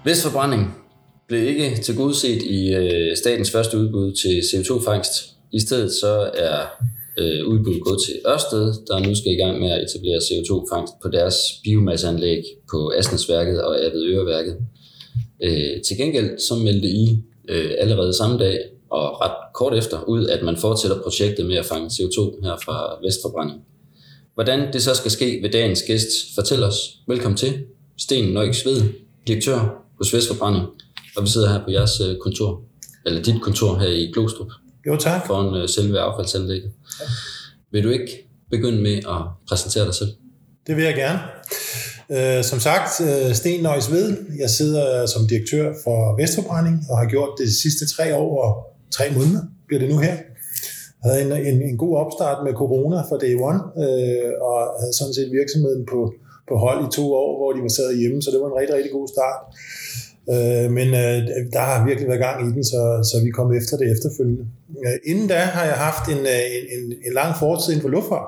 Vestforbrænding blev ikke tilgodeset i statens første udbud til CO2-fangst. I stedet så er udbuddet gået til Ørsted, der nu skal i gang med at etablere CO2-fangst på deres biomasseanlæg på Asnæsværket og Avedøreværket. Til gengæld så meldte I allerede samme dag og ret kort efter ud, at man fortsætter projektet med at fange CO2 her fra Vestforbrænding. Hvordan det så skal ske, vil dagens gæst fortælle os. Velkommen til, Sten Nøjks Ved, direktør hos Vestforbrænding, og vi sidder her på jeres kontor, eller dit kontor her i Glostrup. Jo, tak. Foran selve affaldsanlægget. Ja. Vil du ikke begynde med at præsentere dig selv? Det vil jeg gerne. Som sagt, Sten Nøjks Ved. Jeg sidder som direktør for Vestforbrænding og har gjort det de sidste 3 år og 3 måneder, bliver det nu her. Jeg havde en god opstart med corona fra day one, og havde sådan set virksomheden på hold i 2 år, hvor de var sad hjemme, så det var en rigtig, rigtig god start. Men der har virkelig været gang i den, så vi kom efter det efterfølgende. Inden da har jeg haft en lang fortid inden for luftfart.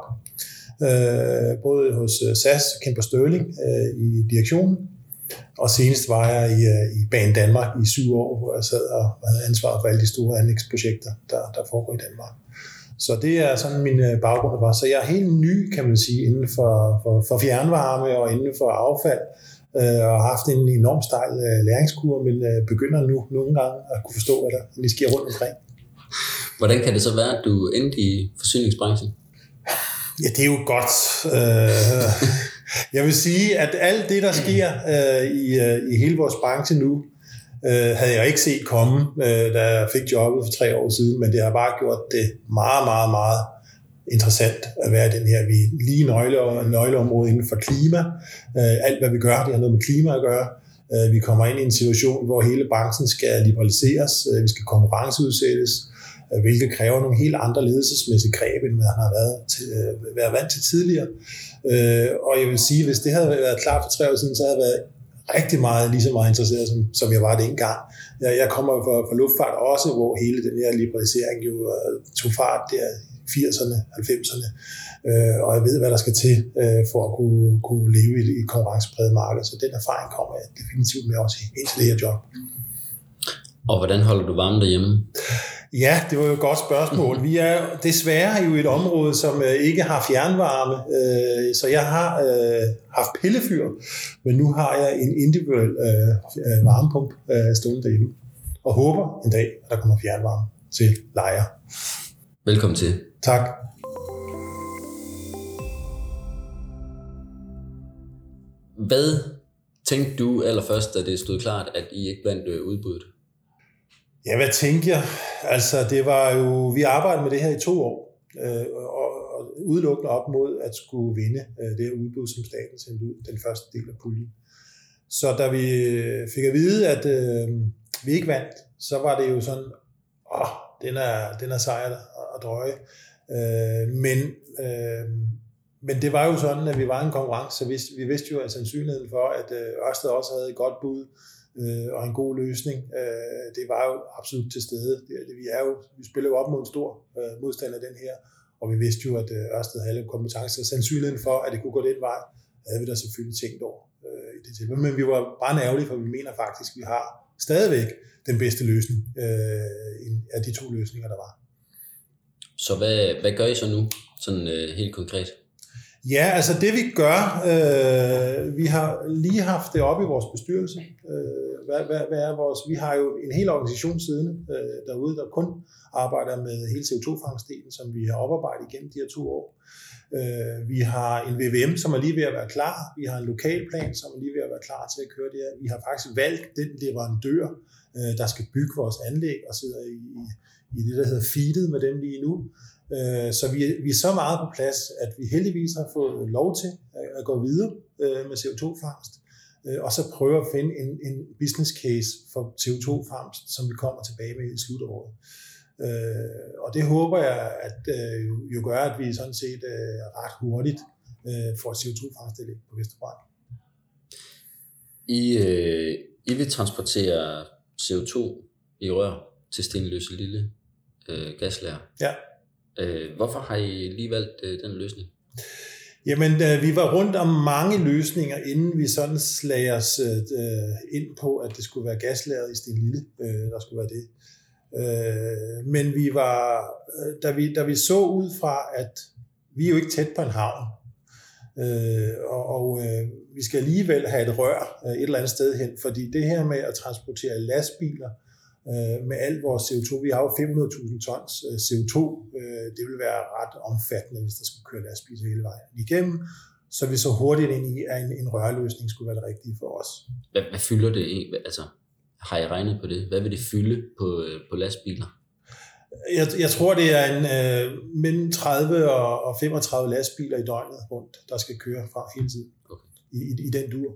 Både hos SAS, Kemper Sterling i direktionen, og senest var jeg i Banedanmark i 7 år, hvor jeg sad og havde ansvaret for alle de store anlægsprojekter, der foregår i Danmark. Så det er sådan min baggrund var. Så jeg er helt ny, kan man sige, inden for fjernvarme og inden for affald, og har haft en enorm stejl læringskurve, men begynder nu nogle gange at kunne forstå, hvad der lige sker rundt omkring. Hvordan kan det så være, at du endte i forsyningsbranchen? Ja, det er jo godt. Jeg vil sige, at alt det, der sker i hele vores branche nu, havde jeg ikke set komme, da jeg fik jobbet for 3 år siden, men det har bare gjort det meget, meget, meget interessant at være den her. Vi er lige nøgleområde inden for klima. Alt, hvad vi gør, det har noget med klima at gøre. Vi kommer ind i en situation, hvor hele branchen skal liberaliseres, vi skal konkurrenceudsættes, hvilket kræver nogle helt andre ledelsesmæssige greb, end man har været vant til tidligere. Og jeg vil sige, hvis det havde været klart for 3 år siden, så havde jeg været rigtig meget, lige så meget interesseret, som jeg var dengang. Jeg kommer fra luftfart også, hvor hele den her liberalisering jo tog fart der i 80'erne, 90'erne. Og jeg ved, hvad der skal til for at kunne leve i et konkurrencepræget marked. Så den erfaring kommer jeg definitivt med også ind til det her job. Og hvordan holder du varmen derhjemme? Ja, det var jo et godt spørgsmål. Vi er desværre jo et område, som ikke har fjernvarme, så jeg har haft pillefyr, men nu har jeg en individuel varmepump stående derhjemme, og håber en dag, at der kommer fjernvarme til Lejre. Velkommen til. Tak. Hvad tænkte du allerførst, da det stod klart, at I ikke blandt udbuddet? Ja, hvad tænkte jeg? Altså, det var jo, vi arbejdede med det her i 2 år, og udelukkende op mod at skulle vinde det her udbud, som staten sendte ud, den første del af puljen. Så da vi fik at vide, at vi ikke vandt, så var det jo sådan, den er sejr og drøje. Men det var jo sådan, at vi var en konkurrence, så vi vidste jo, at sandsynligheden for, at Ørsted også havde et godt bud, og en god løsning, det var jo absolut til stede. Vi spiller jo op mod en stor modstand af den her, og vi vidste jo, at Ørsted havde kompetencer. Sandsynligheden for, at det kunne gå den vej, havde vi da selvfølgelig tænkt over i det tilfælde. Men vi var bare ærgerlige, for vi mener faktisk, at vi har stadigvæk den bedste løsning af de 2 løsninger, der var. Så hvad gør I så nu, sådan helt konkret? Ja, altså det vi gør, vi har lige haft det op i vores bestyrelse. Hvad er vores? Vi har jo en hel organisation siddende derude, der kun arbejder med hele CO2-fangstdelen, som vi har oparbejdet igennem de her 2 år. Vi har en VVM, som er lige ved at være klar. Vi har en lokalplan, som er lige ved at være klar til at køre det her. Vi har faktisk valgt den leverandør, der skal bygge vores anlæg og sidder i det, der hedder feedet med dem lige nu. Så vi er så meget på plads, at vi heldigvis har fået lov til at gå videre med CO2-fangst, og så prøve at finde en business case for CO2-fangst, som vi kommer tilbage med i slutåret. Og det håber jeg, at jo gør, at vi sådan set ret hurtigt får CO2-fangstanlæg på Vestforbrænding. I vil transportere CO2 i rør til Stenløse Lille gaslager. Ja. Hvorfor har I lige valgt den løsning? Jamen, vi var rundt om mange løsninger, inden vi sådan slagde os ind på, at det skulle være gaslagret i Stenlille, der skulle være det. Men vi var, da vi så ud fra, at vi er jo ikke tæt på en havn, og vi skal alligevel have et rør et eller andet sted hen, fordi det her med at transportere lastbiler med al vores CO2, vi har jo 500.000 tons CO2, det vil være ret omfattende, hvis der skulle køre lastbiler hele vejen igennem, så vi så hurtigt ind i, at en rørløsning skulle være det rigtige for os. Hvad fylder det i? Altså, har I regnet på det? Hvad vil det fylde på lastbiler? Jeg tror, det er mellem 30 og 35 lastbiler i døgnet rundt, der skal køre fra hele tiden. Okay. I den dur.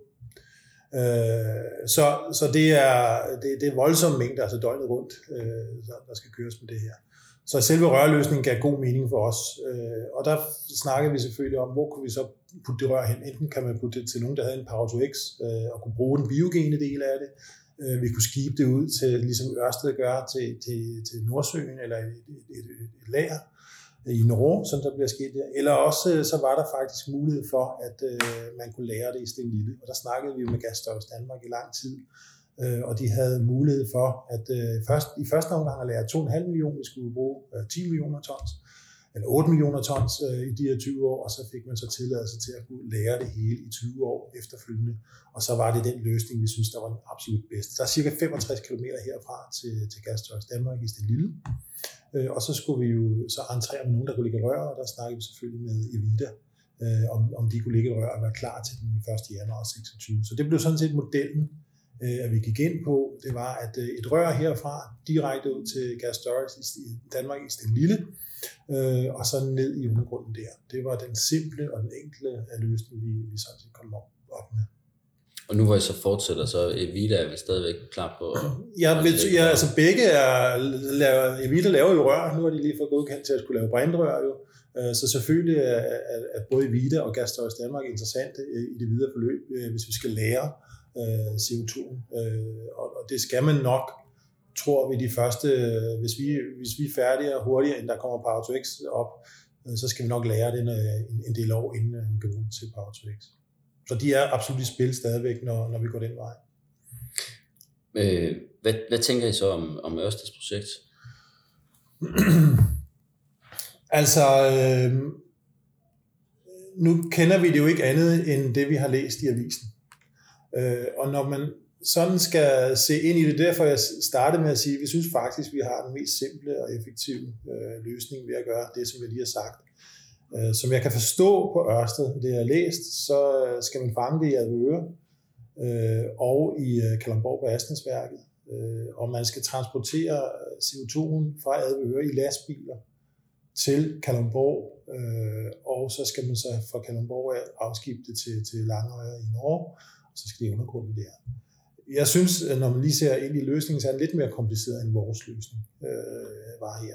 Så det er voldsomme mængder, altså døgnet rundt, der skal køres med det her. Så selve rørløsningen gav god mening for os. Og der snakkede vi selvfølgelig om, hvor kunne vi så putte det rør hen. Enten kan man putte det til nogen, der havde en Power-to-X, og kunne bruge den biogene del af det. Vi kunne skibe det ud til, ligesom Ørsted gør, til Nordsøen eller et lager i Norge, som der bliver sket der. Eller også så var der faktisk mulighed for, at man kunne lære det i Stenlille. Og der snakkede vi med Gasstørrelse Danmark i lang tid. Og de havde mulighed for, at i første omgang at lære 2,5 millioner, vi skulle bruge 10 millioner tons, eller 8 millioner tons i de her 20 år, og så fik man så tilladelse til at kunne lære det hele i 20 år efterfølgende. Og så var det den løsning, vi synes, der var den absolut bedste. Der er cirka 65 km herfra til Gasstørrelse Danmark i Stenlille. Og så skulle vi jo så entrere med nogen, der kunne lægge rør, og der snakkede vi selvfølgelig med Evida, om de kunne lægge rør og være klar til den 1. januar 26. Så det blev sådan set modellen, at vi gik ind på. Det var, at et rør herfra direkte ud til Gasstørrelse i Danmark i Stenlille, og så ned i undergrunden der. Det var den simple og den enkle løsning, vi sådan set kom op med. Og nu hvor I så fortsætter, så Evida er vi stadigvæk klar på? Altså begge Evida laver jo rør. Nu har de lige fået godkendt til at skulle lave brintrør jo. Så selvfølgelig er både Evida og Gasstørrelse Danmark interessante i det videre forløb, hvis vi skal lære CO2'en. Og det skal man nok, tror vi, de første, hvis vi er færdige og hurtigere, end der kommer Power-to-X op, så skal vi nok lære det en del år, inden vi kan bruge til Power-to-X. Så de er absolut i spil stadigvæk, når vi går den vej. Hvad tænker I så om Ørsteds projekt? Altså, nu kender vi det jo ikke andet end det, vi har læst i avisen. Og når man sådan skal se ind i det, derfor jeg startede med at sige, at vi synes faktisk, at vi har den mest simple og effektive løsning ved at gøre det, som jeg lige har sagt. Som jeg kan forstå på Ørsted, det jeg har læst, så skal man fange det i Avedøre og i Kalundborg på Asnæsværket. Og man skal transportere CO2'en fra Avedøre i lastbiler til Kalundborg, og så skal man så fra Kalundborg afskibe det til Langøje i Norge, og så skal det undergrunden der. Jeg synes, når man lige ser ind i løsningen, så er den lidt mere kompliceret end vores løsning var her.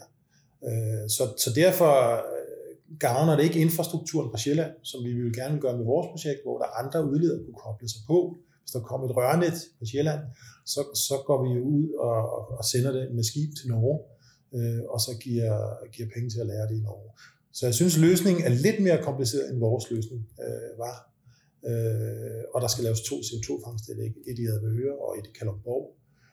Så derfor gavner det ikke infrastrukturen på Sjælland, som vi vil gerne gøre med vores projekt, hvor der andre udledere kunne koble sig på. Hvis der kommer et rørnet på Sjælland, så går vi jo ud og sender det med skib til Norge, og så giver penge til at lære det i Norge. Så jeg synes, løsningen er lidt mere kompliceret, end vores løsning var. Og der skal laves 2 CO2-fangstanlæg, et i Avedøre og et i Kalundborg.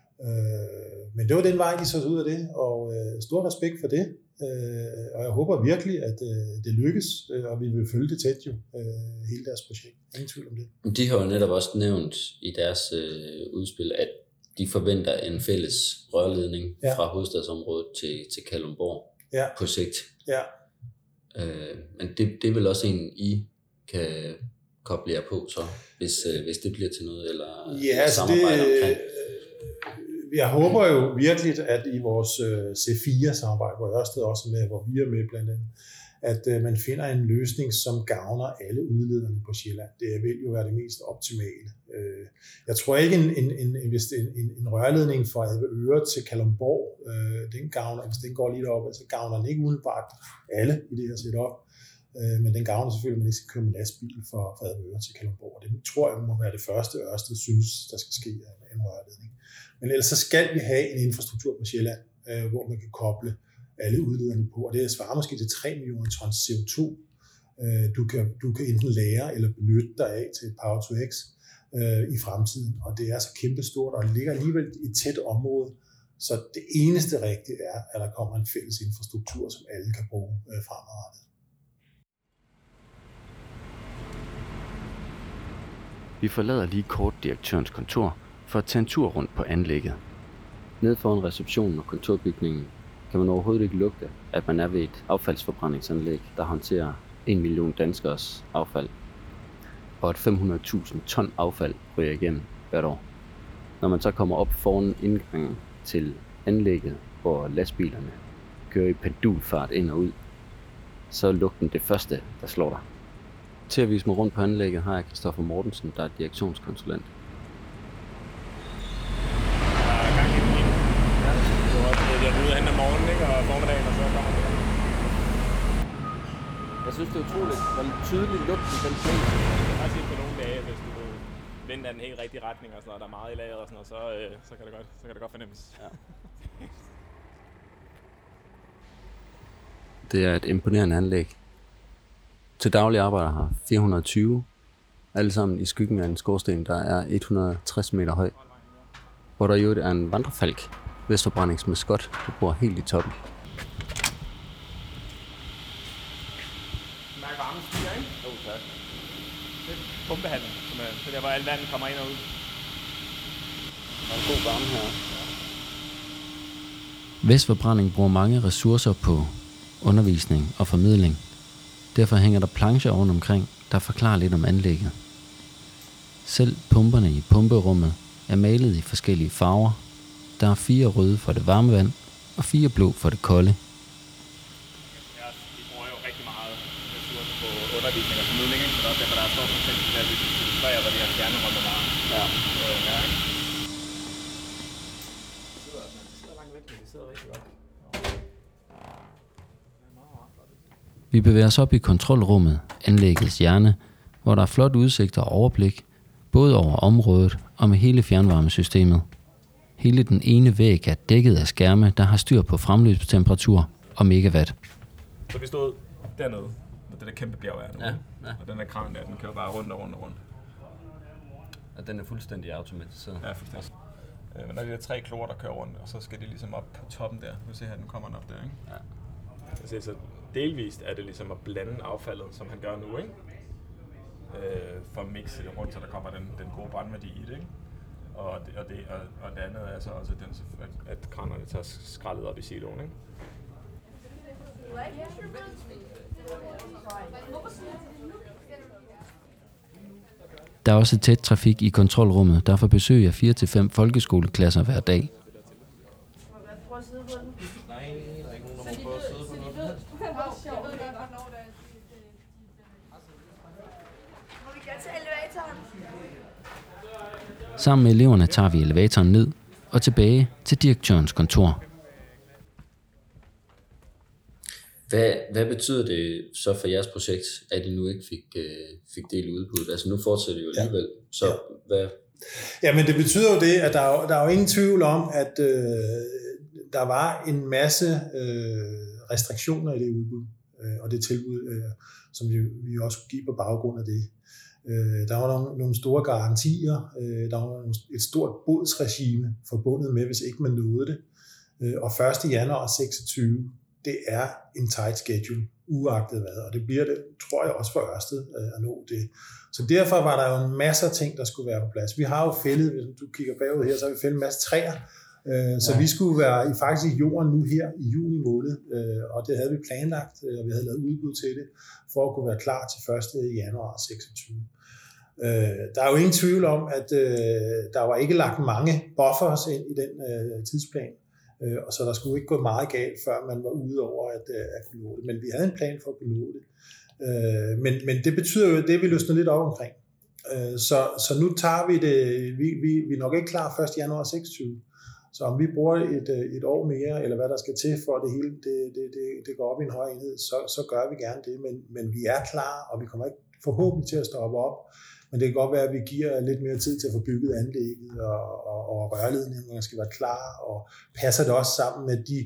Men det var den vej, de så ud af det, og stor respekt for det. Og jeg håber virkelig, at det lykkes, og vi vil følge det tæt jo, hele deres projekt. Ingen tvivl om det. De har jo netop også nævnt i deres udspil, at de forventer en fælles rørledning fra hovedstadsområdet til Kalundborg på sigt. Ja. Men det er vel også en, I kan koble jer på, så, hvis det bliver til noget, eller samarbejde omkring? Jeg håber jo virkelig, at i vores C4-samarbejde, hvor Ørsted også er med, hvor vi er med blandt andet, at man finder en løsning, som gavner alle udlederne på Sjælland. Det vil jo være det mest optimale. Jeg tror ikke, en rørledning fra Avedøre til Kalundborg, den gavner, hvis den går lige derop, så gavner den ikke umiddelbart alle i det her setup. Men den gavner selvfølgelig, at man ikke skal køre med lastbil fra Avedøre til Kalundborg. Det tror jeg må være det første, Ørsted synes, der skal ske af en rørledning. Men ellers så skal vi have en infrastruktur på Sjælland, hvor man kan koble alle udlederne på, og det svarer måske til 3 millioner tons CO2 du kan enten lære eller benytte dig af til Power2X i fremtiden. Og det er så kæmpestort, og det ligger alligevel i et tæt område. Så det eneste rigtige er, at der kommer en fælles infrastruktur, som alle kan bruge fremadrettet. Vi forlader lige kort direktørens kontor for at tage en tur rundt på anlægget. Ned foran receptionen og kontorbygningen kan man overhovedet ikke lugte, at man er ved et affaldsforbrændingsanlæg, der håndterer 1 million danskers affald, og at 500.000 ton affald ryger igennem hvert år. Når man så kommer op foran indgangen til anlægget, hvor lastbilerne kører i pendulfart ind og ud, så er lugten det første, der slår dig. Til at vise mig rundt på anlægget har jeg Christoffer Mortensen, der er direktionskonsulent. Jeg er ude hen om morgenen, ikke? Og formiddagen, og så kommer det. Jeg synes, det er utroligt, hvor tydeligt lugten den bliver. Jeg har set på nogle dage, hvis du vender den helt rigtige retning, og sådan noget, der er meget i lageret og sådan noget, så kan det godt fornemmes. Ja. Det er et imponerende anlæg. Til daglig arbejder her 420, alle sammen i skyggen af en skorsten, der er 160 meter høj, hvor der jo er en vandrefalk, vestforbrændingsmaskot, der bor helt i toppen. Mærker varmen stiger, ikke? Jo, tak. Det er pumpehandlen, så der hvor alt vandet kommer ind og ud. Der er en god varme her. Vestforbrænding bruger mange ressourcer på undervisning og formidling. Derfor hænger der plancher rundt omkring, der forklarer lidt om anlægget. Selv pumperne i pumperummet er malet i forskellige farver. Der er 4 røde for det varme vand, og 4 blå for det kolde. Ja, vi bruger jo rigtig meget ressourcer på undervisning og formidling, ikke? Så det er også derfor, der er stort eksempel til at illustrere, hvad det her stjernerummet var. Ja. Ja, ikke? Det sidder langt væk, men det sidder rigtig godt. Vi bevæger os op i kontrolrummet, anlæggets hjerne, hvor der er flot udsigt og overblik, både over området og med hele fjernvarmesystemet. Hele den ene væg er dækket af skærme, der har styr på fremløbstemperatur og megawatt. Så vi stod dernede, hvor det der kæmpe bjerg er nu, ja. Og den der kran der, den kører bare rundt og rundt og rundt. Og den er fuldstændig automatiseret. Ja, fuldstændig. Men der er de der 3 klorer, der kører rundt, og så skal de ligesom op på toppen der. Nu ser her, den kommer op der, ikke? Ja. Så delvist er det ligesom at blande affaldet, som han gør nu, ikke? For at mixe det rundt, så der kommer den gode brændværdi i det, ikke? Og det andet er så også, at kranerne tager skraldet op i siloen, ikke? Der er også tæt trafik i kontrolrummet, der får besøg af 4-5 folkeskoleklasser hver dag. Sammen med eleverne tager vi elevatoren ned og tilbage til direktørens kontor. Hvad betyder det så for jeres projekt, at I nu ikke fik del i udbuddet? Altså nu fortsætter det jo alligevel. Så hvad? Jamen det betyder jo det, at der er jo ingen tvivl om, at der var en masse restriktioner i det udbud, og det tilbud, som vi også kunne give på baggrund af det. Der var nogle store garantier, der var et stort bodsregime forbundet med, hvis ikke man nåede det. Og 1. januar 26, det er en tight schedule, uagtet hvad, og det bliver det, tror jeg også for Ørsted at nå det. Så derfor var der jo en masse ting, der skulle være på plads. Vi har jo fældet, hvis du kigger bagud her, så har vi fældet en masse træer, så vi skulle være faktisk i jorden nu her i juni måned, og det havde vi planlagt, og vi havde lavet udbud til det, for at kunne være klar til 1. januar 26. Der er jo ingen tvivl om, at der var ikke lagt mange buffers ind i den tidsplan, og så der skulle ikke gå meget galt, før man var ude over at kunne nå det. Men vi havde en plan for at kunne nå det. Men det betyder jo, at det vi løsner lidt op omkring. Så nu tager vi det, vi er nok ikke klar 1. januar 26. Så om vi bruger et år mere, eller hvad der skal til, for at det hele det går op i en høj enhed, så gør vi gerne det. Men vi er klar, og vi kommer ikke forhåbentlig til at stoppe op. Men det kan godt være, at vi giver lidt mere tid til at få bygget anlægget, og rørledningen skal være klar, og passer det også sammen med de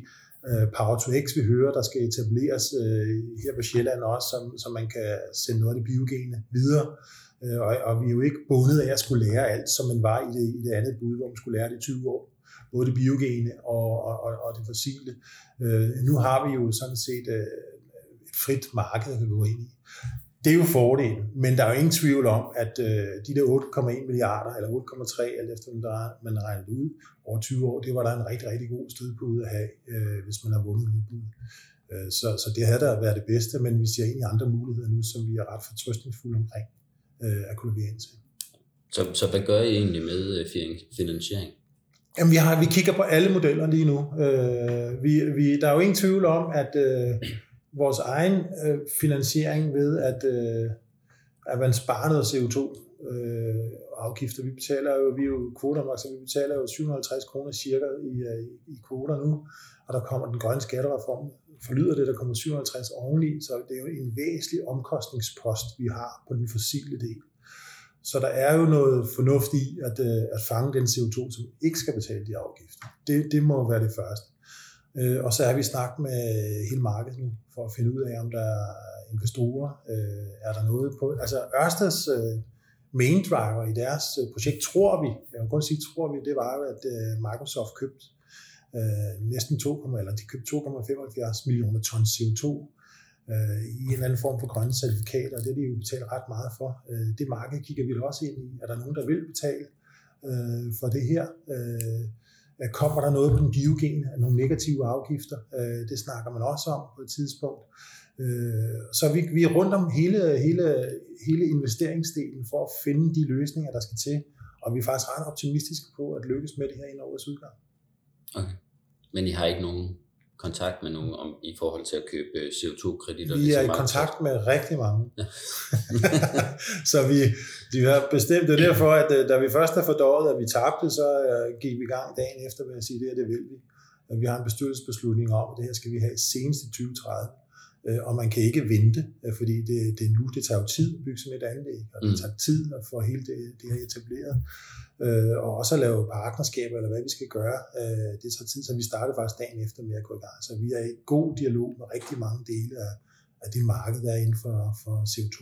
Power to X, vi hører, der skal etableres her på Sjælland også, så man kan sende noget af det biogene videre. Og vi er jo ikke bundet af at skulle lære alt, som man var i det andet bud, hvor man skulle lære det i 20 år. Både det biogene og det fossile. Nu har vi jo sådan set et frit marked, der kan gå ind i. Det er jo fordelen, men der er jo ingen tvivl om, at de der 8,1 milliarder, eller 8,3, alt efter man regner det ud, over 20 år, det var der en rigtig, rigtig god stødpude at have, hvis man har vundet udbud. Så det havde der været det bedste, men vi ser egentlig andre muligheder nu, som vi er ret fortrøstningsfulde omkring at kunne levere ind til. Så hvad gør I egentlig med finansiering? Jamen, vi kigger på alle modeller lige nu. Der er jo ingen tvivl om, at vores egen finansiering ved, at man sparer noget CO2-afgifter. Vi er jo kvotermagt, så vi betaler jo 750 kroner cirka i kvoter nu, og der kommer den grønne skattereform. Forlyder det, der kommer 750 oveni, så det er jo en væsentlig omkostningspost, vi har på den fossile del. Så der er jo noget fornuft i at fange den CO2, som ikke skal betale de afgifter. Det må være det første. Og så har vi snakket med hele markedet nu, for at finde ud af, om der er investorer. Er der noget på? Altså Ørsteds main driver i deres projekt, jeg kan kun sige, det var jo, at Microsoft købte næsten 2,75 millioner tons CO2 i en eller anden form for grønne certifikater, og det er de jo betalt ret meget for. Det marked kigger vi også ind i. Er der nogen, der vil betale for det her? Kommer der noget på den biogene, nogle negative afgifter? Det snakker man også om på et tidspunkt. Så vi er rundt om hele investeringsdelen for at finde de løsninger, der skal til, og vi er faktisk ret optimistiske på at lykkes med det her inden årets udgang. Okay. Men I har ikke nogen kontakt med nogen i forhold til at købe CO2-kreditter? Vi er i kontakt med rigtig mange. Ja. Så de har bestemt, det er derfor, at da vi først har fordøjet, at vi tabte, så gik vi i gang dagen efter med at sige, det vil vi. Vi har en bestyrelsesbeslutning om, at det her skal vi have senest i 2030. Og man kan ikke vente, fordi det er nu, det tager jo tid at bygge sådan et anlæg, og det tager tid at få hele det her etableret. Og også at lave partnerskaber, eller hvad vi skal gøre, det tager tid, så vi startede faktisk dagen efter med at gå i gang. Så vi er i god dialog med rigtig mange dele af det marked, der er inden for CO2.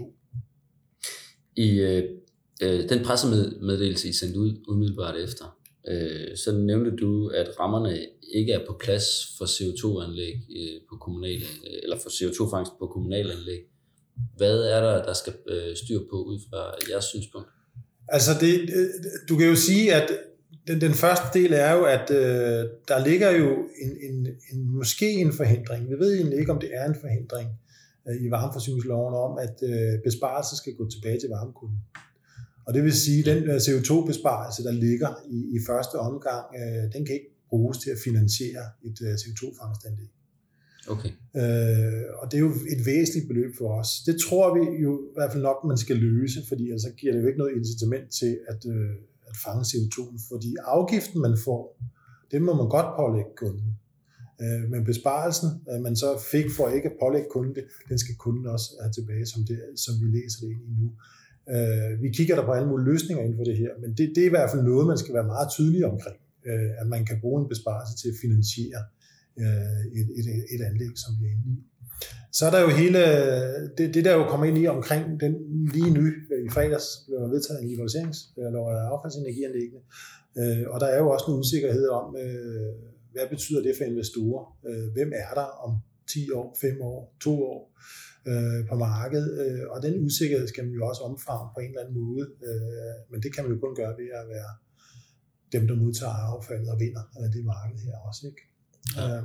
I den pressemeddelelse, I sendte ud umiddelbart efter, så nævnte du, at rammerne ikke er på plads for CO2-anlæg på kommunale, eller for CO2-fangst på kommunale anlæg. Hvad er der skal styr på ud fra jeres synspunkt? Altså, du kan jo sige, at den første del er jo, at der ligger jo måske en forhindring. Vi ved egentlig ikke, om det er en forhindring i varmeforsyningsloven om, at besparelser skal gå tilbage til varmekunden. Og det vil sige, at den CO2-besparelse, der ligger i første omgang, den kan ikke bruges til at finansiere et CO2-fangstanlæg. Okay. Og det er jo et væsentligt beløb for os. Det tror vi jo i hvert fald nok, man skal løse, fordi altså giver det jo ikke noget incitament til at fange CO2'en, fordi afgiften, man får, det må man godt pålægge kunden. Men besparelsen, man så fik for ikke at pålægge kunden det, den skal kunden også have tilbage, som vi læser det ind i nu. Vi kigger der på alle mulige løsninger inden for det her, men det er i hvert fald noget, man skal være meget tydelig omkring, at man kan bruge en besparelse til at finansiere et anlæg, som vi er inde i. Så er der jo hele det der jo kommer ind i omkring den lige nu i fredags blev vedtaget en liberaliseringslov af affaldsenergianlæggene, og der er jo også en usikkerhed om, hvad betyder det for investorer? Hvem er der om 10 år, 5 år, 2 år på markedet? Og den usikkerhed skal man jo også omfavne på en eller anden måde, men det kan man jo kun gøre ved at være dem, der modtager affaldet og vinder det marked her også, ikke? Ja.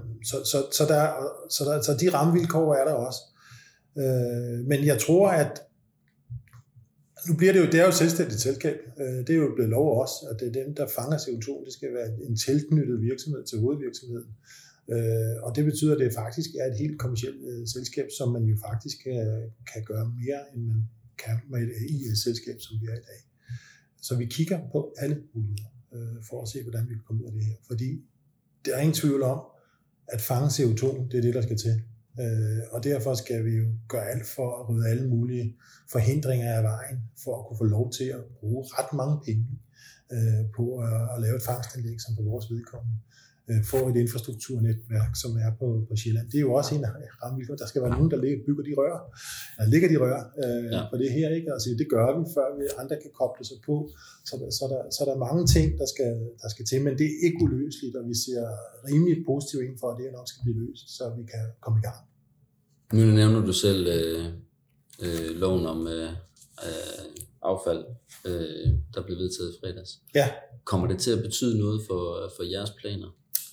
Så de rammevilkår er der også. Men jeg tror, at nu bliver det er jo et selvstændigt selskab. Det er jo blevet lov også, at det er dem, der fanger CO2. Det skal være en tilknyttet virksomhed til hovedvirksomheden. Og det betyder, at det faktisk er et helt kommercielt selskab, som man jo faktisk kan gøre mere, end man kan med et AI-selskab, som vi er i dag. Så vi kigger på alle muligheder for at se, hvordan vi kan komme ud af det her. Fordi der er ingen tvivl om, at fange CO2, det er det, der skal til. Og derfor skal vi jo gøre alt for at rydde alle mulige forhindringer af vejen, for at kunne få lov til at bruge ret mange penge på at lave et fangstanlæg, som for vores vedkommende får et infrastrukturnetværk, som er på Sjælland. Det er jo også en af rammevilkår. Der skal være nogen, der ligger de rør på det her. Ikke? Altså, det gør vi, før vi andre kan koble sig på. Så der er mange ting, der skal til, men det er ikke uløseligt, og vi ser rimelig positivt ind for, at det nok skal blive løst, så vi kan komme i gang. Nu nævner du selv loven om affald, der blev vedtaget i fredags. Ja. Kommer det til at betyde noget for jeres planer?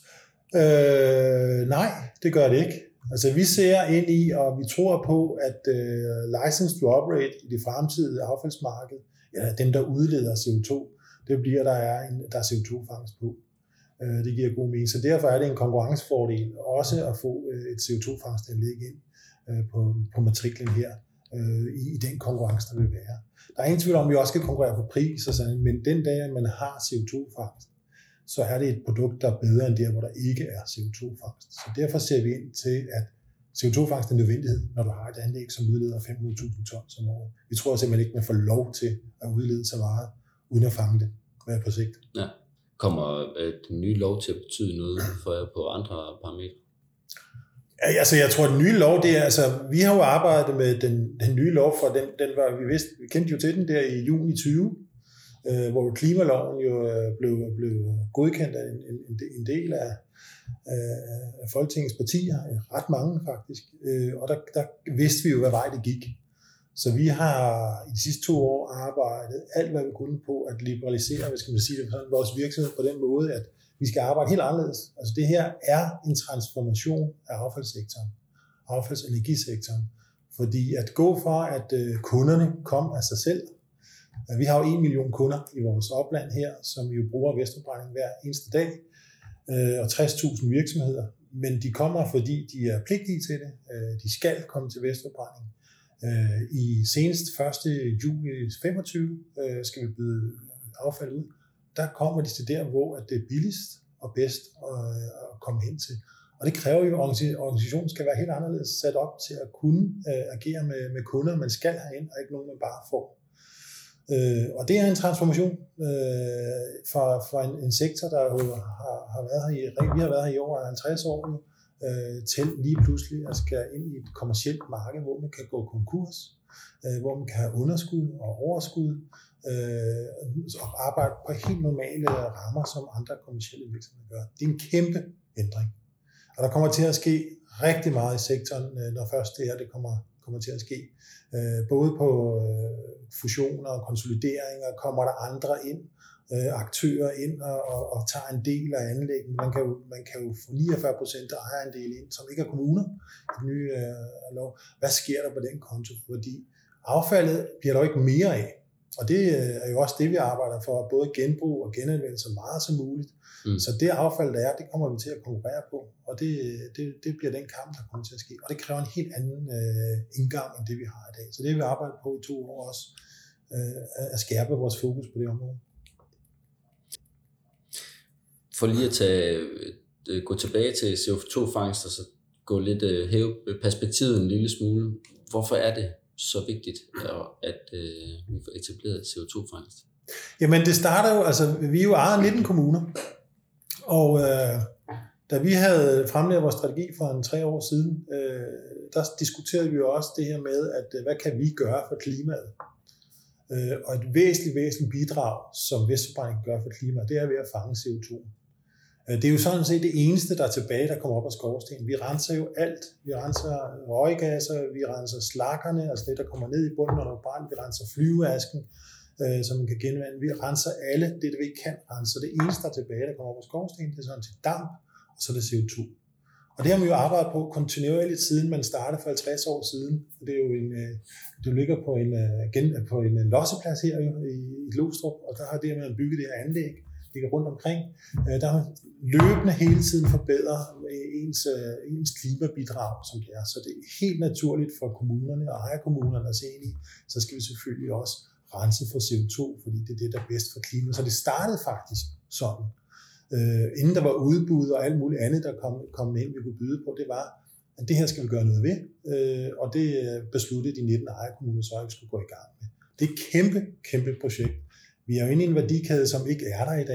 Nej, det gør det ikke. Altså vi ser ind i, og vi tror på, at license to operate i det fremtidige affaldsmarked, dem der udleder CO2, det bliver, der er CO2-fangst på. Det giver god mening. Så derfor er det en konkurrencefordel også at få et CO2-fangstanlæg ind på matriklen her, i den konkurrence, der vil være. Der er ingen tvivl om, at vi også skal konkurrere på pris, og sådan, men den dag, man har CO2-fangst, så er det et produkt, der er bedre end der, hvor der ikke er CO2-fangst. Så derfor ser vi ind til, at CO2-fangst er en nødvendighed, når du har et anlæg, som udleder 500.000 tons om året. Vi tror simpelthen ikke, man får lov til at udlede så meget, uden at fange det på sigt. Ja. Kommer den nye lov til at betyde noget for jer på andre parametre? Altså, jeg tror, den nye lov, det er, altså, vi har jo arbejdet med den nye lov, for den var, vi kendte jo til den der i juni 20, hvor klimaloven jo blev godkendt af en del af Folketingets partier, ret mange faktisk, og der vidste vi jo, hvad vej det gik. Så vi har i de sidste 2 år arbejdet alt, hvad vi kunne på at liberalisere, hvad skal man sige, vores virksomhed på den måde, at vi skal arbejde helt anderledes. Altså det her er en transformation af affaldssektoren, affaldsenergisektoren, fordi at gå fra, at kunderne kom af sig selv. Vi har jo 1 million kunder i vores opland her, som jo bruger væskeforbrænding hver eneste dag, og 60.000 virksomheder, men de kommer, fordi de er pligtige til det. De skal komme til væskeforbrænding. I senest 1. juli 25 skal vi byde affald ud. Der kommer de til der, hvor det er billigst og bedst at komme hen til. Og det kræver jo, at organisationen skal være helt anderledes sat op til at kunne agere med kunder, man skal have ind, og ikke nogen, man bare får. Og det er en transformation for en sektor, der har været her vi har været her i over 50 år nu, til lige pludselig at skal ind i et kommercielt marked, hvor man kan gå konkurs, hvor man kan have underskud og overskud, og arbejde på helt normale rammer, som andre kommercielle virksomheder gør. Det er en kæmpe ændring. Og der kommer til at ske rigtig meget i sektoren, når først det her det kommer til at ske. Både på fusioner og konsolideringer kommer der andre ind, aktører ind og tager en del af anlæggen. Man kan jo få 49% af ejerandel ind, som ikke er kommuner i den nye lov. Hvad sker der på den konto? Fordi affaldet bliver der jo ikke mere af. Og det er jo også det, vi arbejder for, både genbrug og genanvendelse så meget som muligt. Så det affald, der er, det kommer vi til at konkurrere på, og det bliver den kamp, der kommer til at ske. Og det kræver en helt anden indgang, end det vi har i dag. Så det vil vi arbejde på i 2 år også, at skærpe vores fokus på det område. For lige at gå tilbage til CO2-fangst, og så gå lidt hæve perspektivet en lille smule. Hvorfor er det så vigtigt, at vi får etableret CO2-fangst? Jamen det starter jo, altså vi er jo ejet 19 kommuner, og da vi havde fremlagt vores strategi for 3 år siden, der diskuterede vi jo også det her med, at hvad kan vi gøre for klimaet? Og et væsentligt bidrag, som væskeforbrænding gør for klimaet, det er ved at fange CO2. Det er jo sådan set det eneste, der er tilbage, der kommer op af skorstenen. Vi renser jo alt. Vi renser røggasser, vi renser slakkerne, altså det, der kommer ned i bunden, når der er brand. Vi renser flyveasken, som man kan genvande. Vi renser alle det vi ikke kan rense. Så det eneste, der er tilbage, der kommer op af skorstenen, det er sådan til damp, og så er det CO2. Og det har man jo arbejdet på kontinuerligt siden man startede for 50 år siden. Det er jo det ligger på en losseplads her i Glostrup, og der har det, man bygget det her anlæg, ligger rundt omkring. Der har man løbende hele tiden forbedret ens klimabidrag, som det er. Så det er helt naturligt for kommunerne og ejerkommunerne at se ind i. Så skal vi selvfølgelig også rense for CO2, fordi det er det, der er bedst for klimaet. Så det startede faktisk sådan. Inden der var udbud og alt muligt andet, der kom ind, vi kunne byde på, det var, at det her skal vi gøre noget ved, og det besluttede de 19 ejerkommuner så, at vi skulle gå i gang med. Det er et kæmpe projekt. Vi er jo inde i en værdikæde, som ikke er der i dag.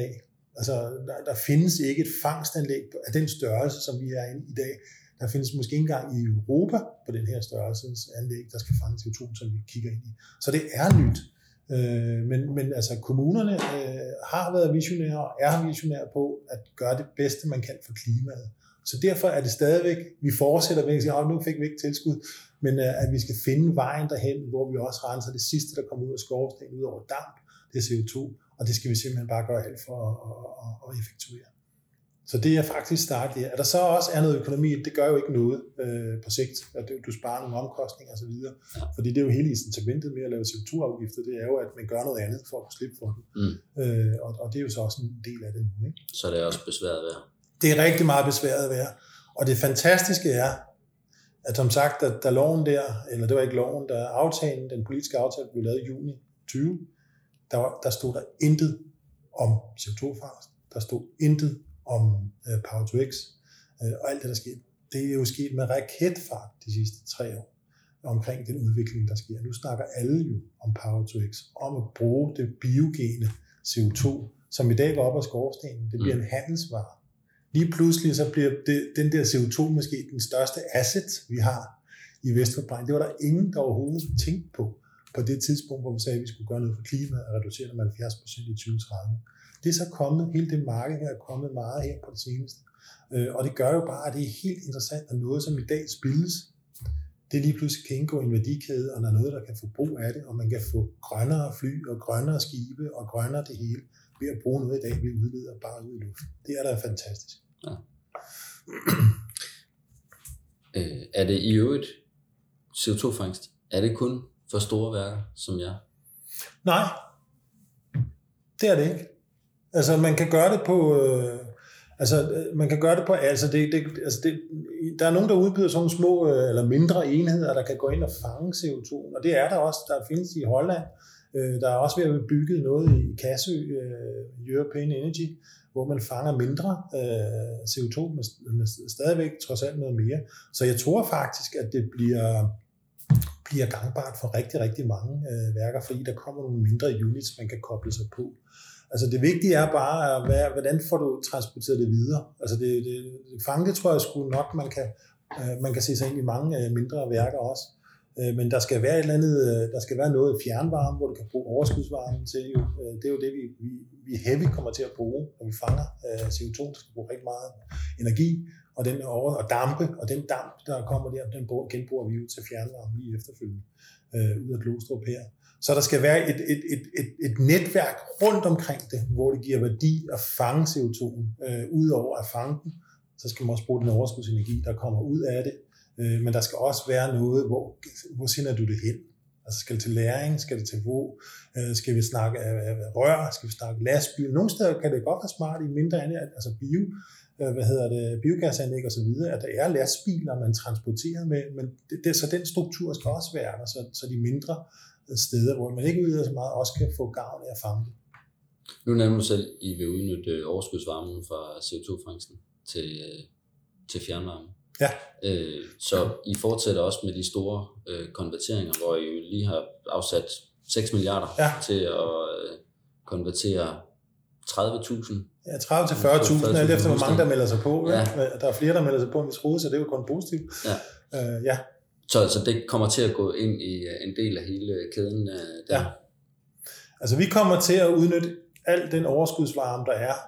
Altså, der findes ikke et fangstanlæg af den størrelse, som vi er i dag. Der findes måske ikke engang i Europa på den her størrelsesanlæg, der skal fange CO2, som vi kigger ind i. Så det er nyt. Men altså, kommunerne har været visionære og er visionære på at gøre det bedste, man kan for klimaet. Så derfor er det stadigvæk, vi fortsætter ved at sige, nu fik vi ikke tilskud, men at vi skal finde vejen derhen, hvor vi også renser det sidste, der kommer ud af skorstenen, ud over damp, det er CO2, og det skal vi simpelthen bare gøre alt for at effektuere. Så det er faktisk start der. At der så også er noget økonomi, det gør jo ikke noget på sigt, at du sparer nogle omkostninger osv., fordi det er jo hele incitamentet med at lave CO2-afgifter, det er jo, at man gør noget andet for at slippe for det. Og det er jo så også en del af det nu. Ikke? Så det er også besværet værd. Det er rigtig meget besværet værd. Og det fantastiske er, at som sagt, da loven der, eller det var ikke loven, da aftalen, den politiske aftale blev lavet i juni 20, der stod der intet om CO2-fangst. Der stod intet om Power-to-X og alt det, der sker. Det er jo sket med raketfart de sidste 3 år omkring den udvikling, der sker. Nu snakker alle jo om Power-to-X, om at bruge det biogene CO2, som i dag går op af skorstenen. Det bliver en handelsvare. Lige pludselig så bliver den der CO2 måske den største asset, vi har i Vestforbrænding. Det var der ingen, der overhovedet tænkte på det tidspunkt, hvor vi sagde, at vi skulle gøre noget for klimaet og reducere det med 70% i 2030. Det er så kommet, hele det marked her er kommet meget her på det seneste. Og det gør jo bare, at det er helt interessant, at noget, som i dag spildes, det lige pludselig kan indgå i en værdikæde, og der er noget, der kan få brug af det, og man kan få grønnere fly og grønnere skibe og grønnere det hele ved at bruge noget i dag, vi udleder bare ud i luften. Det er da fantastisk. Ja. Er det i øvrigt CO2-fangst? Er det kun for store værker som jer? Nej, det er det ikke. Altså man kan gøre det på der er nogen, der udbyder sådan nogle små eller mindre enheder, der kan gå ind og fange CO2, og det er der også. Der findes i Holland. Der er også ved at blive bygget noget i Kassø, European Energy, hvor man fanger mindre CO2, men stadigvæk trods alt noget mere. Så jeg tror faktisk, at det bliver gangbart for rigtig, rigtig mange værker, fordi der kommer nogle mindre units, man kan koble sig på. Altså det vigtige er bare, hvordan får du transporteret det videre? Altså det fange, tror jeg sgu nok, man kan se sig ind i mange mindre værker også. Men der skal være et eller andet, der skal være noget fjernvarme, hvor du kan bruge overskudsvarmen til. Det er jo det, vi heavy kommer til at bruge, når vi fanger CO2. Der skal bruge rigtig meget energi og dampe, og den damp, der kommer der, den genbruger vi jo til fjernvarme lige efterfølgende ud af Glostrup her. Så der skal være et netværk rundt omkring det, hvor det giver værdi at fange CO2'en. Udover at fange den, så skal man også bruge den overskudsenergi, der kommer ud af det. Men der skal også være noget, hvor sender du det hen? Altså skal det til læring? Skal det til hvor? Skal vi snakke rør? Skal vi snakke lastbil? Nogle steder kan det godt være smart i mindre anlæg, altså biogasanlæg og så videre, at der er lastbiler, man transporterer med, men så den struktur skal også være der, så de mindre steder, hvor man ikke udleder så meget, også kan få gavn af at fange det. Nu nævner du selv, at I vil udnytte overskudsvarmen fra CO2-fangsten til fjernvarme. Ja. Så I fortsætter også med de store konverteringer, hvor I lige har afsat 6 milliarder til at konvertere 30.000. Ja, 30 til 40.000, alt efter hvor mange der melder sig på. Ja. Der er flere, der melder sig på, end vi troede, så det er jo kun positivt. Ja. Så det kommer til at gå ind i en del af hele kæden der? Ja. Altså vi kommer til at udnytte al den overskudsvarme, der er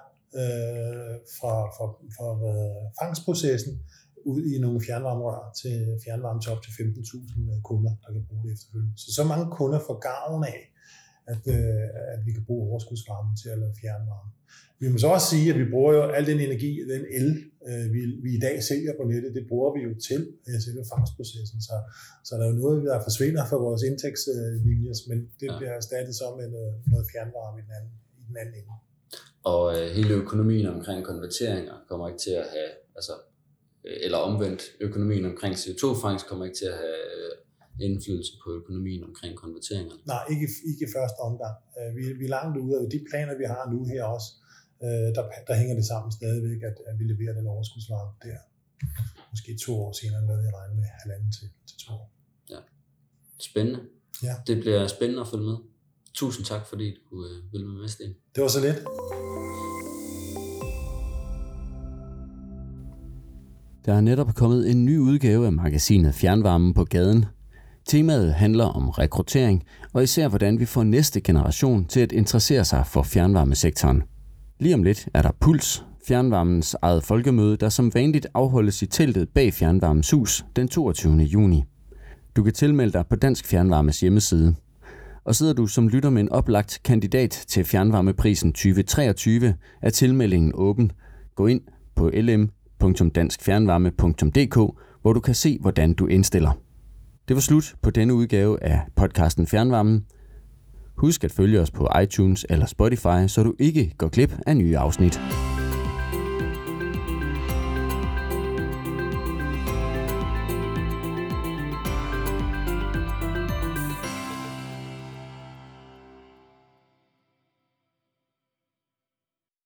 fra fangstprocessen, ud i nogle fjernvarmerør til fjernvarme til op til 15.000 kunder, der kan bruge det efterfølgende. Så mange kunder får gavn af, at vi kan bruge overskudsvarmen til at lave fjernvarme. Vi må så også sige, at vi bruger jo al den energi, den el, vi i dag sælger på nettet, det bruger vi jo til selve fangstprocessen. Så der er jo noget, der forsvinder fra vores indtægtslinjer, men det bliver erstattet så med noget fjernvarme i den anden ende. Og hele økonomien omkring konverteringer kommer ikke til at have, eller omvendt, økonomien omkring CO2-fangst kommer ikke til at have indflydelse på økonomien omkring konverteringerne? Nej, ikke i første omgang. Vi er langt ude, og de planer, vi har nu her også, der hænger det sammen stadigvæk, at vi leverer den overskudsvarme der. Måske 2 år senere, hvad vi regner med, 1,5 til 2 år. Ja. Spændende. Ja. Det bliver spændende at følge med. Tusind tak, fordi du ville med, Sten. Det var så lidt. Der er netop kommet en ny udgave af magasinet Fjernvarmen på gaden. Temaet handler om rekruttering, og især hvordan vi får næste generation til at interessere sig for fjernvarmesektoren. Lige om lidt er der Puls, fjernvarmens eget folkemøde, der som vanligt afholdes i teltet bag Fjernvarmens Hus den 22. juni. Du kan tilmelde dig på Dansk Fjernvarmes hjemmeside. Og sidder du som lytter med en oplagt kandidat til Fjernvarmeprisen 2023, er tilmeldingen åben. Gå ind på lm.danskfjernvarme.dk, hvor du kan se, hvordan du indstiller. Det var slut på denne udgave af podcasten Fjernvarmen. Husk at følge os på iTunes eller Spotify, så du ikke går glip af nye afsnit.